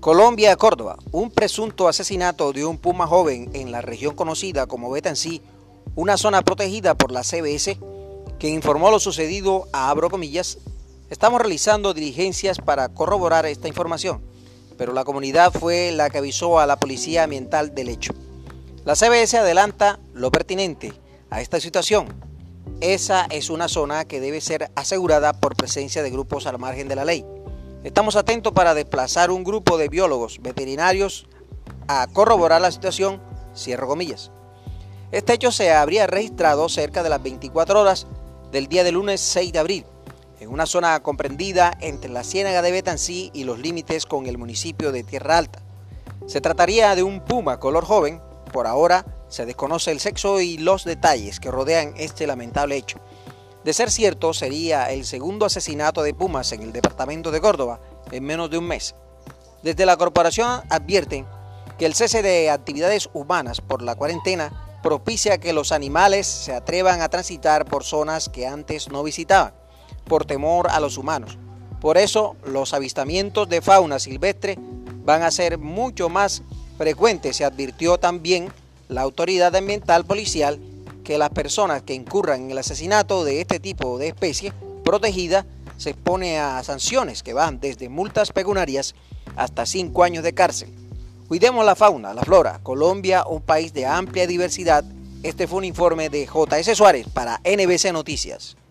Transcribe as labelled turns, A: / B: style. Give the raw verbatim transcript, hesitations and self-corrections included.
A: Colombia, Córdoba. Un presunto asesinato de un puma joven en la región conocida como Betancí, una zona protegida por la C B S, quien informó lo sucedido a abro comillas. Estamos realizando diligencias para corroborar esta información, pero la comunidad fue la que avisó a la policía ambiental del hecho. La C B S adelanta lo pertinente a esta situación. Esa es una zona que debe ser asegurada por presencia de grupos al margen de la ley. Estamos atentos para desplazar un grupo de biólogos veterinarios a corroborar la situación, cierro comillas. Este hecho se habría registrado cerca de las veinticuatro horas del día del lunes seis de abril, en una zona comprendida entre la Ciénaga de Betancí y los límites con el municipio de Tierra Alta. Se trataría de un puma color joven. Por ahora se desconoce el sexo y los detalles que rodean este lamentable hecho. De ser cierto, sería el segundo asesinato de pumas en el departamento de Córdoba en menos de un mes. Desde la corporación advierten que el cese de actividades humanas por la cuarentena propicia que los animales se atrevan a transitar por zonas que antes no visitaban, por temor a los humanos. Por eso, los avistamientos de fauna silvestre van a ser mucho más frecuentes. Se advirtió también la autoridad ambiental policial que las personas que incurran en el asesinato de este tipo de especie protegida se expone a sanciones que van desde multas pecuniarias hasta cinco años de cárcel. Cuidemos la fauna, la flora. Colombia, un país de amplia diversidad. Este fue un informe de J S Suárez para N B C Noticias.